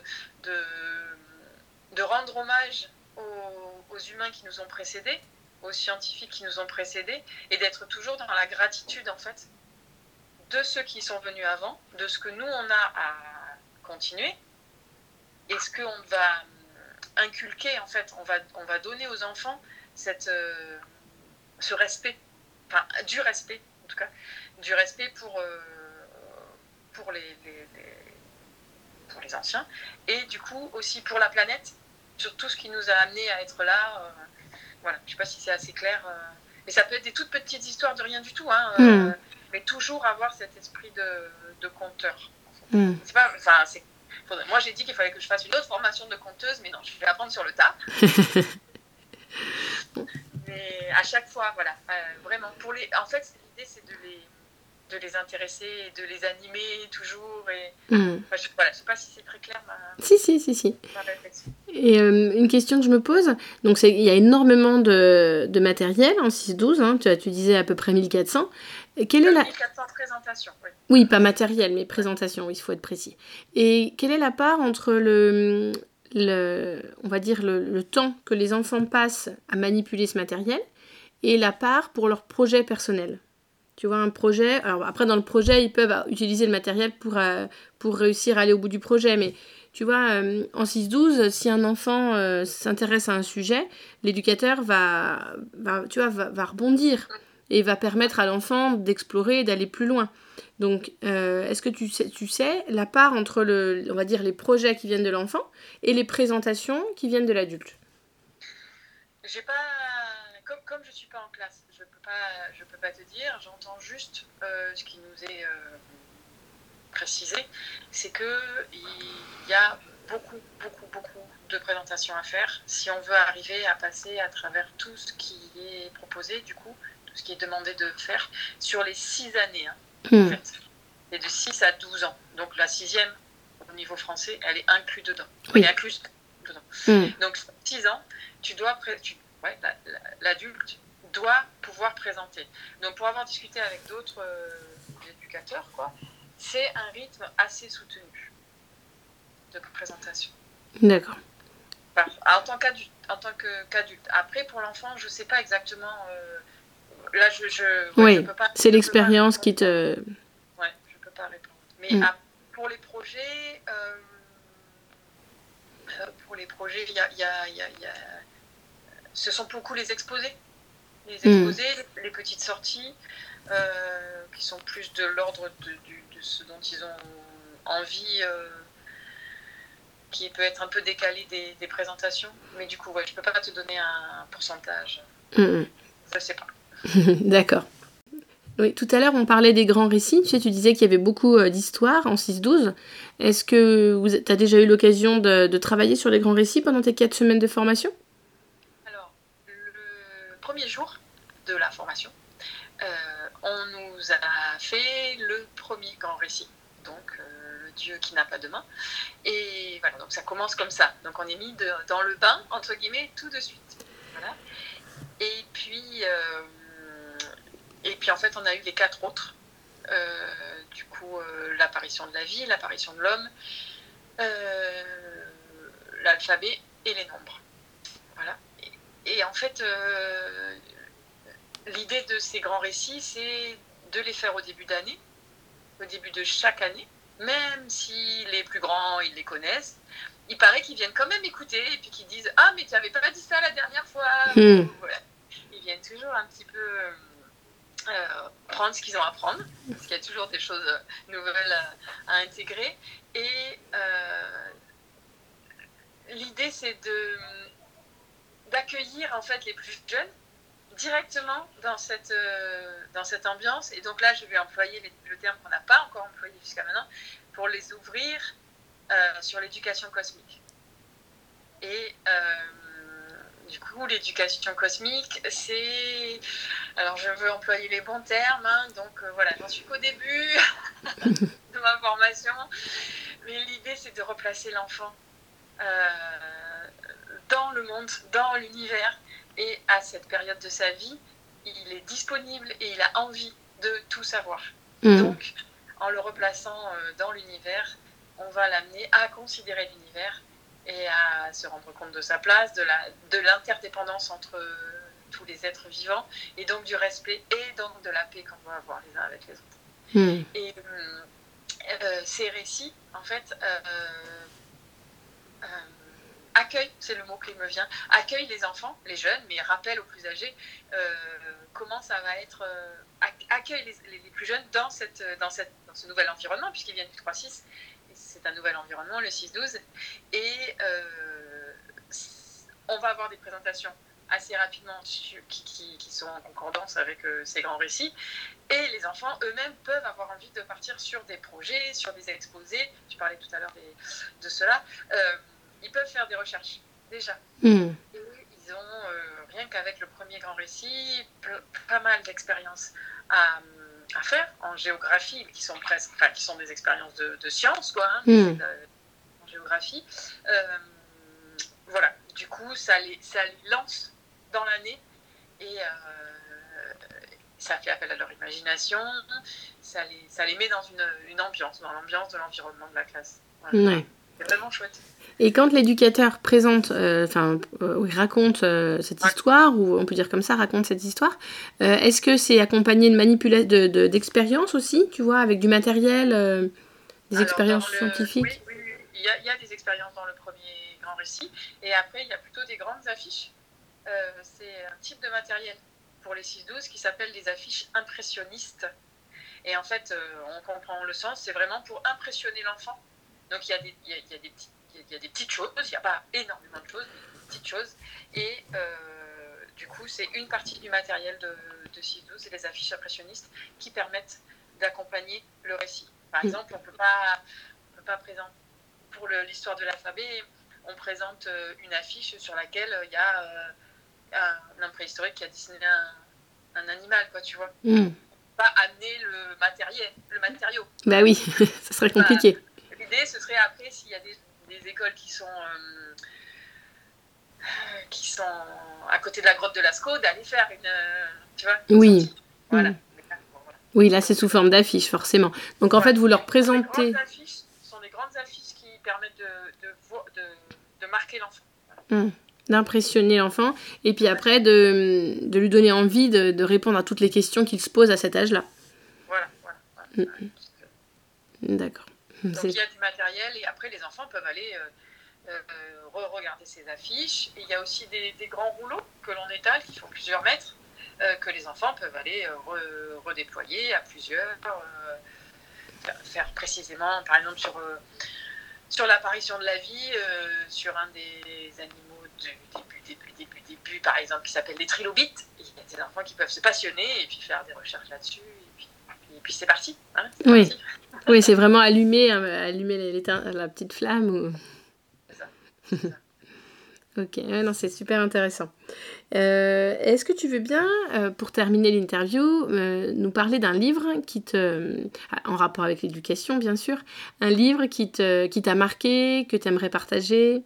de rendre hommage aux humains qui nous ont précédés, aux scientifiques qui nous ont précédés, et d'être toujours dans la gratitude, en fait, de ceux qui sont venus avant, de ce que nous, on a à continuer, et ce qu'on va inculquer, en fait, on va donner aux enfants ce respect, du respect, en tout cas, du respect pour les anciens, et du coup, aussi pour la planète, sur tout ce qui nous a amenés à être là. Voilà, je ne sais pas si c'est assez clair. Mais ça peut être des toutes petites histoires de rien du tout, mais toujours avoir cet esprit de conteur. C'est pas, moi, j'ai dit qu'il fallait que je fasse une autre formation de conteuse, mais non, je vais apprendre sur le tas. Mais à chaque fois, voilà, vraiment. En fait, l'idée, c'est de les intéresser et de les animer toujours. Et, je ne sais pas si c'est très clair. Si. Et une question que je me pose, donc il y a énormément de matériel en 6-12, tu disais à peu près 1400. Quelle est 1400 présentations, oui. Oui, pas matériel, mais présentation, oui, il faut être précis. Et quelle est la part entre on va dire le temps que les enfants passent à manipuler ce matériel et la part pour leur projet personnel ? Tu vois, un projet... Alors après, dans le projet, ils peuvent utiliser le matériel pour réussir à aller au bout du projet, mais tu vois, en 6-12, si un enfant s'intéresse à un sujet, l'éducateur va rebondir et va permettre à l'enfant d'explorer et d'aller plus loin. Donc, est-ce que tu sais la part entre, on va dire, les projets qui viennent de l'enfant et les présentations qui viennent de l'adulte? J'ai pas... Comme je suis pas en classe, je peux pas te dire. J'entends juste ce qui nous est précisé, c'est qu'il y a beaucoup de présentations à faire si on veut arriver à passer à travers tout ce qui est proposé, du coup, tout ce qui est demandé de faire sur les 6 années, en fait. Et de 6 à 12 ans. Donc la 6e, au niveau français, elle est incluse dedans. Oui. Elle est incluse dedans. Donc 6 ans, l'adulte doit pouvoir présenter. Donc pour avoir discuté avec d'autres éducateurs, c'est un rythme assez soutenu de présentation. D'accord. En tant qu'adulte. Après, pour l'enfant, je ne sais pas exactement. Là, je peux pas. C'est l'expérience qui te. Ouais, je ne peux pas répondre. Mais pour les projets, ce sont beaucoup les exposés. Les exposés, les petites sorties, qui sont plus de l'ordre de ce dont ils ont envie, qui peut être un peu décalé des présentations. Mais du coup, je ne peux pas te donner un pourcentage. Je ne sais pas. D'accord. Oui, tout à l'heure, on parlait des grands récits. Tu disais qu'il y avait beaucoup d'histoires en 6-12. Est-ce que tu as déjà eu l'occasion de travailler sur les grands récits pendant tes 4 semaines de formation? Alors, le premier jour de la formation, on nous a fait le premier grand récit. Donc, le Dieu qui n'a pas de main. Et voilà, donc ça commence comme ça. Donc, on est mis dans le bain, entre guillemets, tout de suite. Voilà. Et puis, en fait, on a eu les 4 autres. Du coup, l'apparition de la vie, l'apparition de l'homme, l'alphabet et les nombres. Voilà. Et en fait, l'idée de ces grands récits, c'est de les faire au début d'année, au début de chaque année, même si les plus grands, ils les connaissent. Il paraît qu'ils viennent quand même écouter et puis qu'ils disent « Ah, mais tu n'avais pas dit ça la dernière fois !» Voilà. Ils viennent toujours un petit peu prendre ce qu'ils ont à prendre, parce qu'il y a toujours des choses nouvelles à intégrer. Et l'idée, c'est d'accueillir en fait les plus jeunes directement dans cette ambiance. Et donc là, je vais employer le terme qu'on n'a pas encore employé jusqu'à maintenant, pour les ouvrir sur l'éducation cosmique. Et du coup, l'éducation cosmique, c'est... Alors, je veux employer les bons termes, donc voilà, j'en suis qu'au début de ma formation. Mais l'idée, c'est de replacer l'enfant dans le monde, dans l'univers. Et à cette période de sa vie, il est disponible et il a envie de tout savoir. Donc, en le replaçant dans l'univers, on va l'amener à considérer l'univers et à se rendre compte de sa place, de l'interdépendance entre tous les êtres vivants, et donc du respect et donc de la paix qu'on doit avoir les uns avec les autres. Et ces récits, en fait, accueille, c'est le mot qui me vient, accueille les enfants, les jeunes, mais rappelle aux plus âgés comment ça va être, accueille les plus jeunes dans ce nouvel environnement, puisqu'ils viennent du 3-6, c'est un nouvel environnement, le 6-12, et on va avoir des présentations assez rapidement qui sont en concordance avec ces grands récits, et les enfants eux-mêmes peuvent avoir envie de partir sur des projets, sur des exposés. Tu parlais tout à l'heure de cela. Ils peuvent faire des recherches, déjà. Et ils ont, rien qu'avec le premier grand récit, pas mal d'expériences à faire en géographie, qui sont des expériences de sciences, en géographie. Voilà, du coup, ça les lance dans l'année et ça fait appel à leur imagination, ça les met dans une ambiance, dans l'ambiance de l'environnement de la classe. Voilà. Ouais. C'est vraiment chouette. Et quand l'éducateur présente, raconte cette histoire, ou on peut dire comme ça, raconte cette histoire, est-ce que c'est accompagné d'expériences aussi, tu vois, avec du matériel, des expériences scientifiques? Oui, il y a des expériences dans le premier grand récit, et après, il y a plutôt des grandes affiches. C'est un type de matériel pour les 6-12 qui s'appelle des affiches impressionnistes. Et en fait, on comprend le sens, c'est vraiment pour impressionner l'enfant. Donc il y a des petites choses, il n'y a pas énormément de choses, mais des petites choses. Et du coup, c'est une partie du matériel de 6-12, c'est les affiches impressionnistes qui permettent d'accompagner le récit. Par exemple, on peut pas présenter, pour l'histoire de l'alphabet, on présente une affiche sur laquelle il y a un homme préhistorique qui a dessiné un animal, quoi, tu vois. Pas amener le matériau. Bah oui, ça serait compliqué. L'idée, ce serait après, s'il y a des écoles qui sont à côté de la grotte de Lascaux, d'aller faire tu vois, oui. sortie. Voilà. Oui, là, c'est sous forme d'affiche, forcément. Donc, en fait, vous leur présentez... Les grandes affiches sont des grandes affiches qui permettent de marquer l'enfant. D'impressionner l'enfant, et puis après, de lui donner envie de répondre à toutes les questions qu'il se pose à cet âge-là. Voilà. D'accord. Donc, il y a du matériel, et après, les enfants peuvent aller regarder ces affiches. Et il y a aussi des grands rouleaux que l'on étale, qui font plusieurs mètres, que les enfants peuvent aller redéployer à plusieurs, faire précisément, par exemple, sur l'apparition de la vie, sur un des animaux du début, par exemple, qui s'appelle les trilobites. Il y a des enfants qui peuvent se passionner et puis faire des recherches là-dessus. Et puis c'est parti. Hein, parti. Oui, c'est vraiment allumer la petite flamme. Ou... C'est ça. Ok, non, c'est super intéressant. Est-ce que tu veux bien, pour terminer l'interview, nous parler d'un livre en rapport avec l'éducation, bien sûr, un livre qui t'a marqué, que tu aimerais partager?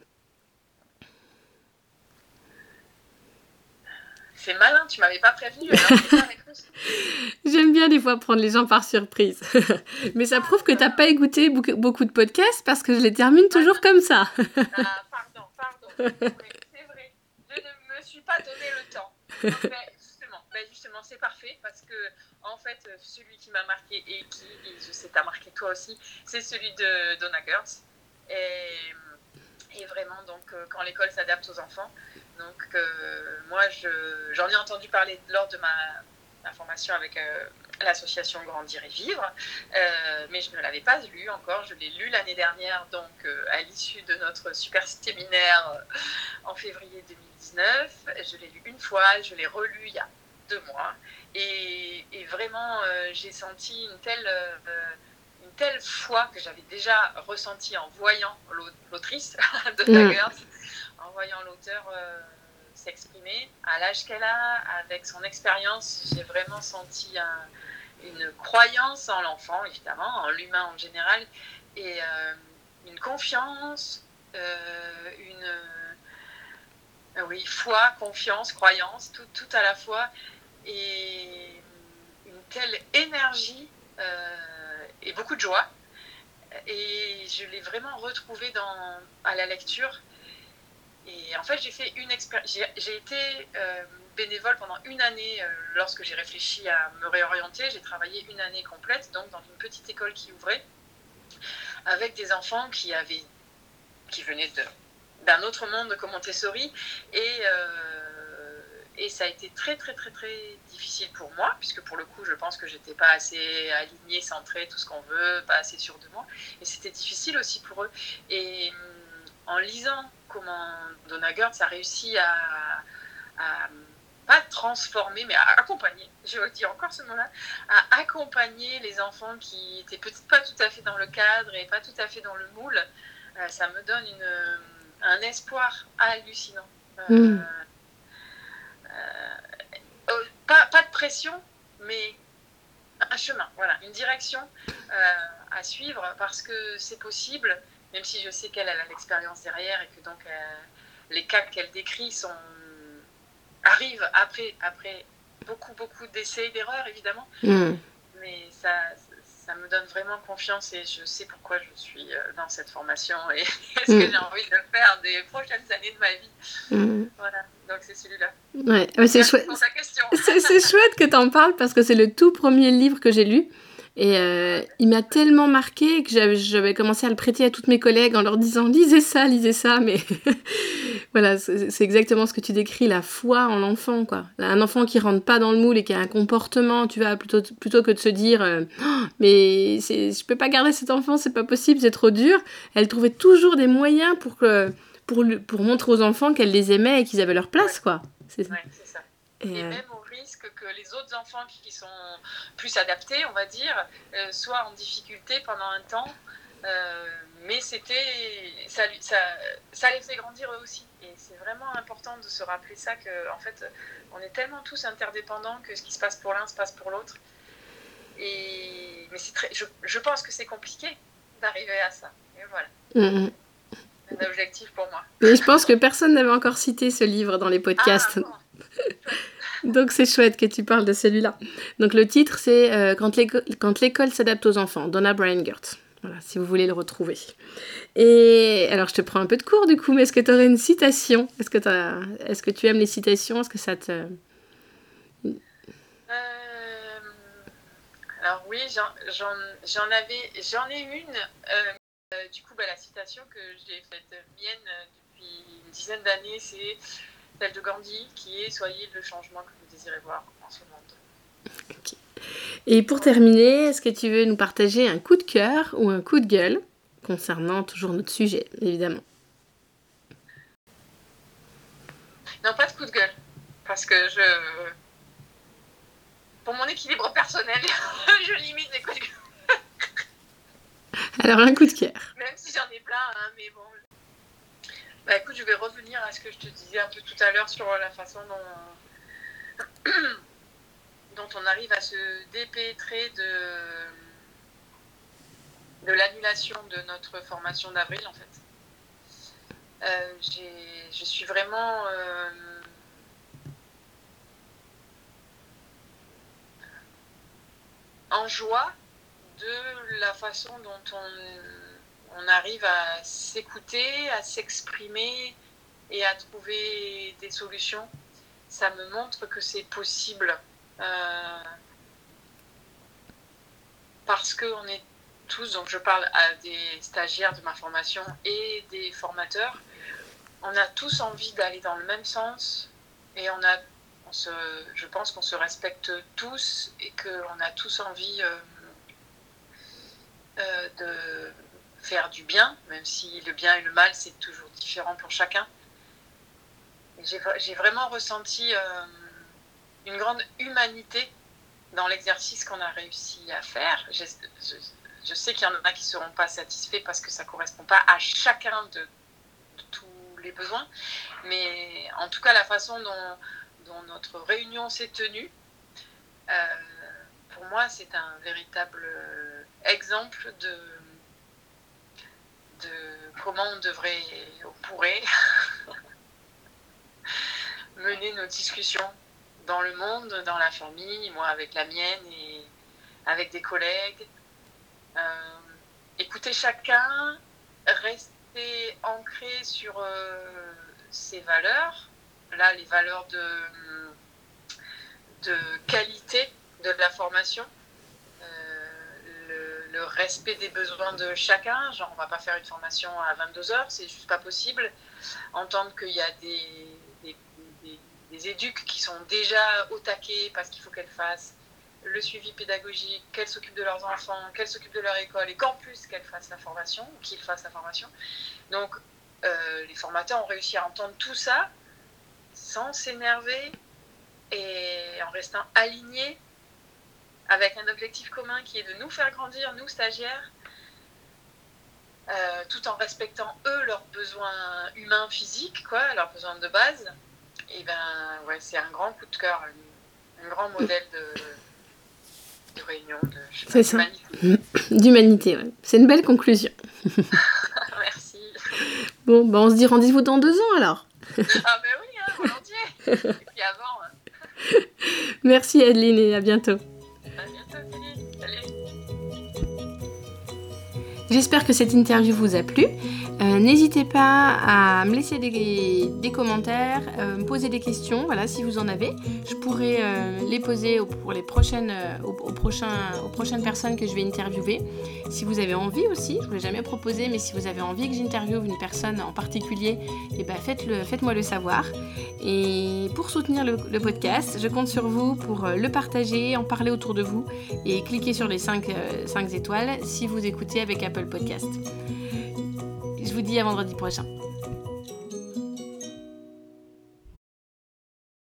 C'est malin, tu m'avais pas prévenu. Alors J'aime bien des fois prendre les gens par surprise. Mais ça prouve que t'as pas écouté beaucoup de podcasts parce que je les termine toujours comme ça. Pardon. C'est vrai. Je ne me suis pas donné le temps. Donc, justement, c'est parfait parce que, en fait, celui qui m'a marqué et je sais, t'as marqué toi aussi, c'est celui de Donna Gertz. Et vraiment, donc, quand l'école s'adapte aux enfants. Donc, moi, j'en ai entendu parler lors de ma formation avec l'association Grandir et Vivre, mais je ne l'avais pas lu encore. Je l'ai lu l'année dernière, donc à l'issue de notre super séminaire en février 2019. Je l'ai lu une fois, je l'ai relu il y a 2 mois, et vraiment, j'ai senti une telle foi que j'avais déjà ressentie en voyant l'autrice de Gertz, en voyant l'auteur s'exprimer à l'âge qu'elle a, avec son expérience. J'ai vraiment senti une croyance en l'enfant, évidemment, en l'humain en général, et une confiance, foi, confiance, croyance, tout à la fois, et une telle énergie et beaucoup de joie. Et je l'ai vraiment retrouvée à la lecture. Et en fait, j'ai fait j'ai été bénévole pendant 1 année lorsque j'ai réfléchi à me réorienter. J'ai travaillé 1 année complète, donc dans une petite école qui ouvrait, avec des enfants qui venaient d'un autre monde que Montessori. Et ça a été très, très, très, très difficile pour moi, puisque pour le coup, je pense que j'étais pas assez alignée, centrée, tout ce qu'on veut, pas assez sûre de moi. Et c'était difficile aussi pour eux. Et en lisant comment Donna Gertz a réussi à pas transformer, mais à accompagner, je dis encore ce mot-là, à accompagner les enfants qui étaient peut-être pas tout à fait dans le cadre et pas tout à fait dans le moule, ça me donne un espoir hallucinant. Pas de pression, mais un chemin, voilà, une direction à suivre, parce que c'est possible, même si je sais qu'elle a l'expérience derrière, et que donc les cas qu'elle décrit arrivent après beaucoup d'essais et d'erreurs, évidemment. Mais ça me donne vraiment confiance, et je sais pourquoi je suis dans cette formation et ce que j'ai envie de faire des prochaines années de ma vie. Voilà, donc c'est celui-là. Ouais, c'est chouette. Pour ta question. C'est chouette que tu en parles, parce que c'est le tout premier livre que j'ai lu. Et il m'a tellement marqué que j'avais commencé à le prêter à toutes mes collègues en leur disant « lisez ça », mais voilà, c'est exactement ce que tu décris, la foi en l'enfant, quoi. Un enfant qui rentre pas dans le moule et qui a un comportement, tu vois, plutôt que de se dire oh, « mais je peux pas garder cet enfant, c'est pas possible, c'est trop dur », elle trouvait toujours des moyens pour montrer aux enfants qu'elle les aimait et qu'ils avaient leur place, quoi. C'est ça. Et même au risque que les autres enfants qui sont plus adaptés, on va dire, soient en difficulté pendant un temps, mais ça les fait grandir eux aussi. Et c'est vraiment important de se rappeler ça, qu'en fait, on est tellement tous interdépendants que ce qui se passe pour l'un se passe pour l'autre. Mais je pense que c'est compliqué d'arriver à ça. Et voilà. Un objectif pour moi. Et je pense que personne n'avait encore cité ce livre dans les podcasts. Donc c'est chouette que tu parles de celui-là. Donc le titre c'est Quand l'école s'adapte aux enfants, Donna Bryant-Gert. Voilà, si vous voulez le retrouver. Et alors je te prends un peu de cours du coup, mais est-ce que tu aurais une citation ? Est-ce que tu aimes les citations ? Est-ce que ça te... Alors oui, j'en ai une. Du coup, la citation que j'ai faite mienne depuis une dizaine d'années, c'est celle de Gandhi, qui est « Soyez le changement que vous désirez voir en ce monde ». Okay. Et pour terminer, est-ce que tu veux nous partager un coup de cœur ou un coup de gueule concernant toujours notre sujet, évidemment ? Non, pas de coup de gueule, parce que pour mon équilibre personnel, je limite les coups de gueule. Alors, un coup de cœur. Même si j'en ai plein, hein, mais bon. Écoute, je vais revenir à ce que je te disais un peu tout à l'heure sur la façon dont on arrive à se dépêtrer de l'annulation de notre formation d'avril, en fait. Je suis vraiment... en joie de la façon dont on arrive à s'écouter, à s'exprimer et à trouver des solutions. Ça me montre que c'est possible parce qu'on est tous, donc je parle à des stagiaires de ma formation et des formateurs, on a tous envie d'aller dans le même sens et je pense qu'on se respecte tous et qu'on a tous envie de faire du bien, même si le bien et le mal, c'est toujours différent pour chacun. J'ai vraiment ressenti une grande humanité dans l'exercice qu'on a réussi à faire. Je sais qu'il y en a qui ne seront pas satisfaits parce que ça ne correspond pas à chacun de tous les besoins, mais en tout cas, la façon dont notre réunion s'est tenue, pour moi, c'est un véritable exemple de comment on pourrait mener nos discussions dans le monde, dans la famille, moi avec la mienne et avec des collègues. Écouter chacun, rester ancré sur ses valeurs, là les valeurs de qualité de la formation, le respect des besoins de chacun, genre on va pas faire une formation à 22 heures, c'est juste pas possible. Entendre qu'il y a des éduques qui sont déjà au taquet parce qu'il faut qu'elles fassent le suivi pédagogique, qu'elles s'occupent de leurs enfants, qu'elles s'occupent de leur école et qu'en plus qu'elles fassent la formation, ou qu'ils fassent la formation. Donc les formateurs ont réussi à entendre tout ça sans s'énerver et en restant alignés avec un objectif commun qui est de nous faire grandir, nous stagiaires, tout en respectant eux leurs besoins humains, physiques, quoi, leurs besoins de base. Et c'est un grand coup de cœur, un grand modèle de réunion, d'humanité. Ouais. C'est une belle conclusion. Merci. Bon, on se dit rendez-vous dans 2 ans alors. Oui, volontiers. Et puis avant. Merci Adeline et à bientôt. À bientôt, Salut. J'espère que cette interview vous a plu. N'hésitez pas à me laisser des commentaires, me poser des questions, voilà, si vous en avez. Je pourrais les poser pour les prochaines personnes que je vais interviewer. Si vous avez envie aussi, je ne vous l'ai jamais proposé, mais si vous avez envie que j'interviewe une personne en particulier, faites-moi le savoir. Et pour soutenir le podcast, je compte sur vous pour le partager, en parler autour de vous et cliquer sur les 5 étoiles si vous écoutez avec Apple Podcast. Je vous dis à vendredi prochain.